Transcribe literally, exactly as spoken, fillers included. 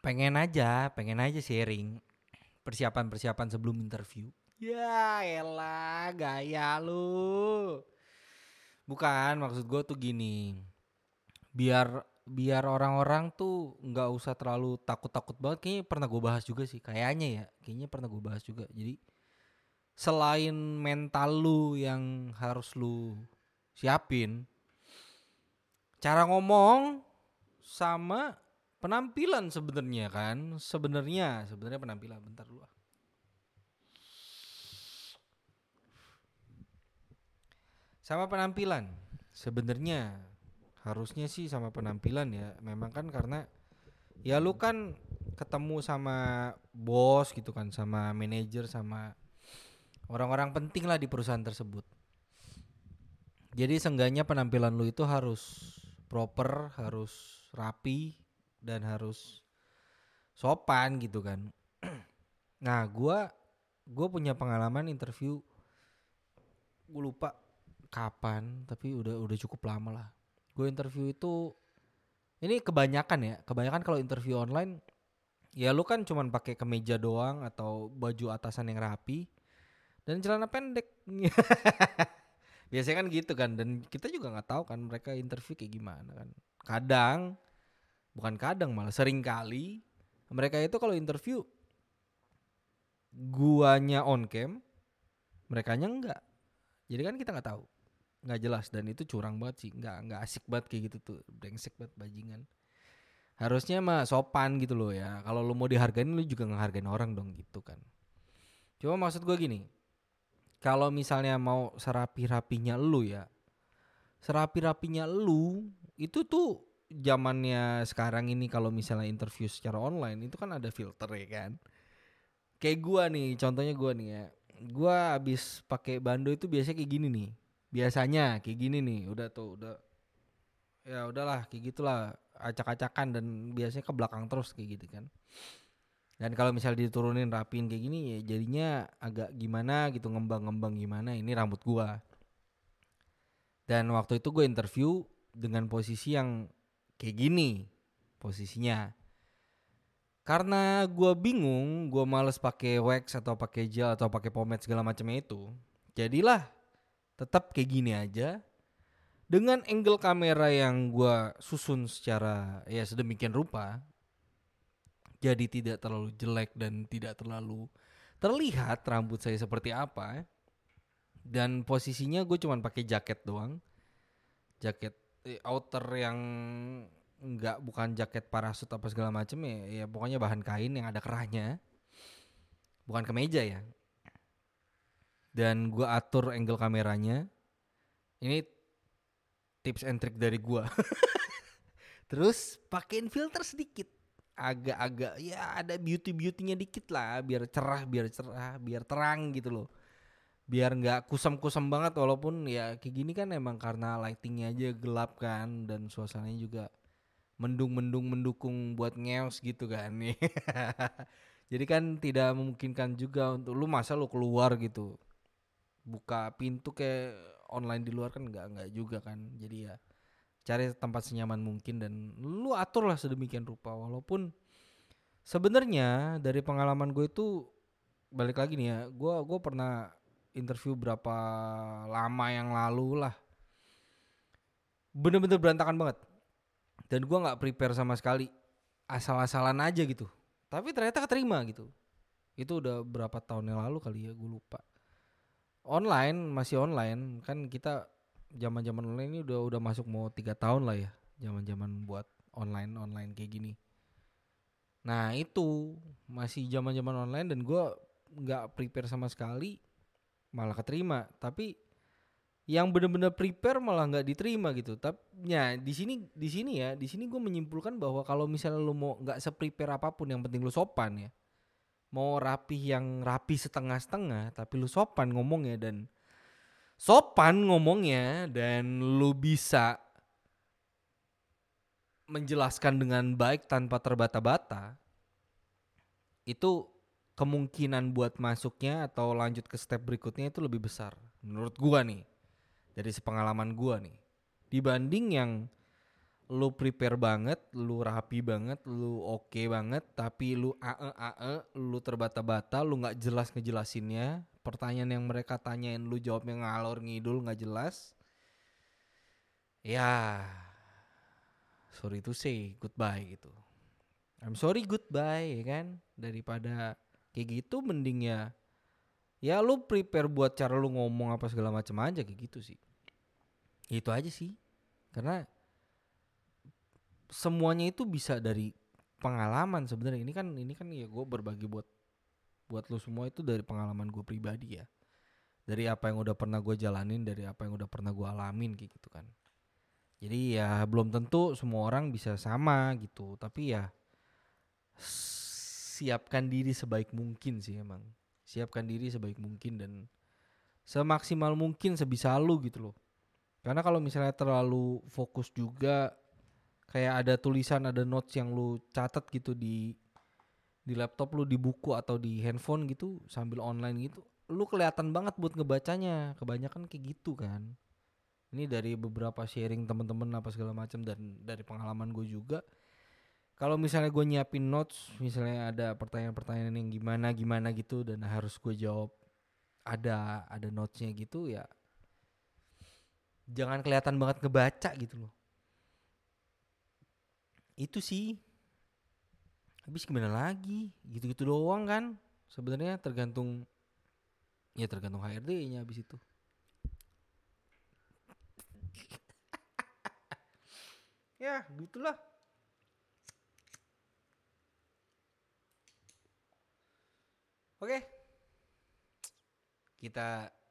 Pengen aja, pengen aja sharing persiapan-persiapan sebelum interview. Ya elah, gaya lu. Bukan, maksud gue tuh gini. Biar biar orang-orang tuh nggak usah terlalu takut-takut banget. Kayaknya pernah gue bahas juga sih. Kayaknya ya, kayaknya pernah gue bahas juga. Jadi selain mental lu yang harus lu siapin, cara ngomong sama penampilan sebenarnya kan. Sebenarnya, sebenarnya penampilan. Bentar dulu. ah. Sama penampilan. Sebenarnya harusnya sih sama penampilan ya. Memang kan karena ya lu kan ketemu sama bos gitu kan, sama manajer, sama orang-orang penting lah di perusahaan tersebut. Jadi seenggaknya penampilan lu itu harus proper, harus rapi dan harus sopan gitu kan. Nah, gua gua punya pengalaman interview, gue lupa kapan, tapi udah udah cukup lama lah. Gue interview itu ini kebanyakan ya, kebanyakan kalau interview online ya lu kan cuman pakai kemeja doang atau baju atasan yang rapi dan celana pendek. Biasanya kan gitu kan, dan kita juga nggak tahu kan mereka interview kayak gimana kan. Kadang, bukan kadang malah sering kali mereka itu kalau interview guanya on cam, merekanya enggak. Jadi kan kita nggak tahu, nggak jelas, dan itu curang banget sih, nggak nggak asik banget kayak gitu tuh, brengsek banget bajingan. Harusnya mah sopan gitu loh ya. Kalau lu mau dihargain, lu juga ngehargain orang dong gitu kan. Cuma maksud gue gini, kalau misalnya mau serapi-rapinya lu ya, serapi-rapinya lu itu tuh zamannya sekarang ini. Kalau misalnya interview secara online itu kan ada filter ya kan. Kayak gua nih, contohnya gua nih ya. Gua abis pakai bando itu biasanya kayak gini nih. Biasanya kayak gini nih, udah tuh, udah. Ya udahlah kayak gitulah, acak-acakan, dan biasanya ke belakang terus kayak gitu kan. Dan kalau misalnya diturunin rapiin kayak gini ya jadinya agak gimana gitu, ngembang-ngembang gimana. Ini rambut gua. Dan waktu itu gue interview dengan posisi yang kayak gini posisinya. Karena gue bingung, gue males pakai wax atau pakai gel atau pakai pomade segala macamnya itu. Jadilah tetap kayak gini aja dengan angle kamera yang gue susun secara ya sedemikian rupa. Jadi tidak terlalu jelek dan tidak terlalu terlihat rambut saya seperti apa. Dan posisinya gue cuma pakai jaket doang. Jaket eh, outer yang enggak, bukan jaket parasut apa segala macem ya, ya pokoknya bahan kain yang ada kerahnya, bukan kemeja ya. Dan gua atur angle kameranya. Ini tips and trick dari gua. Terus pakein filter sedikit, agak-agak ya ada beauty-beautynya dikit lah, biar cerah, biar cerah, biar terang gitu loh. Biar nggak kusam-kusam banget, walaupun ya kayak gini kan emang karena lightingnya aja gelap kan, dan suasananya juga mendung-mendung mendukung buat ngeos gitu kan nih. Jadi kan tidak memungkinkan juga untuk lu, masa lu keluar gitu buka pintu kayak online di luar, kan nggak nggak juga kan. Jadi ya cari tempat senyaman mungkin dan lu atur lah sedemikian rupa. Walaupun sebenarnya dari pengalaman gue itu, balik lagi nih ya, gue gue pernah interview berapa lama yang lalu lah, bener-bener berantakan banget. Dan gue nggak prepare sama sekali, asal-asalan aja gitu. Tapi ternyata keterima gitu. Itu udah berapa tahun yang lalu kali ya, gue lupa. Online, masih online kan kita, zaman-zaman online ini udah udah masuk mau tiga tahun lah ya, zaman-zaman buat online online kayak gini. Nah itu masih zaman-zaman online dan gue nggak prepare sama sekali, malah keterima. Tapi yang benar-benar prepare malah nggak diterima gitu. Tapi ya di sini di sini ya, di sini gue menyimpulkan bahwa kalau misalnya lu mau nggak seprepare apapun, yang penting lu sopan ya. Mau rapih yang rapi setengah-setengah, tapi lu sopan ngomongnya dan sopan ngomongnya dan lu bisa menjelaskan dengan baik tanpa terbata-bata, itu kemungkinan buat masuknya atau lanjut ke step berikutnya itu lebih besar menurut gua nih, dari sepengalaman gua nih, dibanding yang lu prepare banget, lu rapi banget, lu oke banget, tapi lu ae ae, lu terbata-bata, lu nggak jelas ngejelasinnya, pertanyaan yang mereka tanyain lu jawabnya ngalor ngidul nggak jelas, ya sorry to say goodbye gitu. I'm sorry goodbye ya kan, daripada kayak gitu mending ya ya lu prepare buat cara lu ngomong apa segala macam aja kayak gitu sih. Itu aja sih, karena semuanya itu bisa dari pengalaman sebenarnya. Ini kan ini kan ya gue berbagi buat buat lu semua itu dari pengalaman gue pribadi ya, dari apa yang udah pernah gue jalanin, dari apa yang udah pernah gue alamin kayak gitu kan. Jadi ya belum tentu semua orang bisa sama gitu, tapi ya siapkan diri sebaik mungkin sih emang, siapkan diri sebaik mungkin dan semaksimal mungkin sebisa lu gitu loh. Karena kalau misalnya terlalu fokus juga, kayak ada tulisan, ada notes yang lu catat gitu di di laptop lu, di buku atau di handphone gitu sambil online gitu, lu kelihatan banget buat ngebacanya, kebanyakan kayak gitu kan. Ini dari beberapa sharing temen-temen apa segala macam dan dari pengalaman gue juga. Kalau misalnya gue nyiapin notes, misalnya ada pertanyaan-pertanyaan yang gimana gimana gitu dan harus gue jawab, ada ada notesnya gitu ya, jangan kelihatan banget ngebaca gitu loh. Itu sih. Habis gimana lagi? Gitu-gitu doang kan. Sebenarnya tergantung, ya tergantung H R D-nya habis itu. Ya, gitulah. Oke. Kita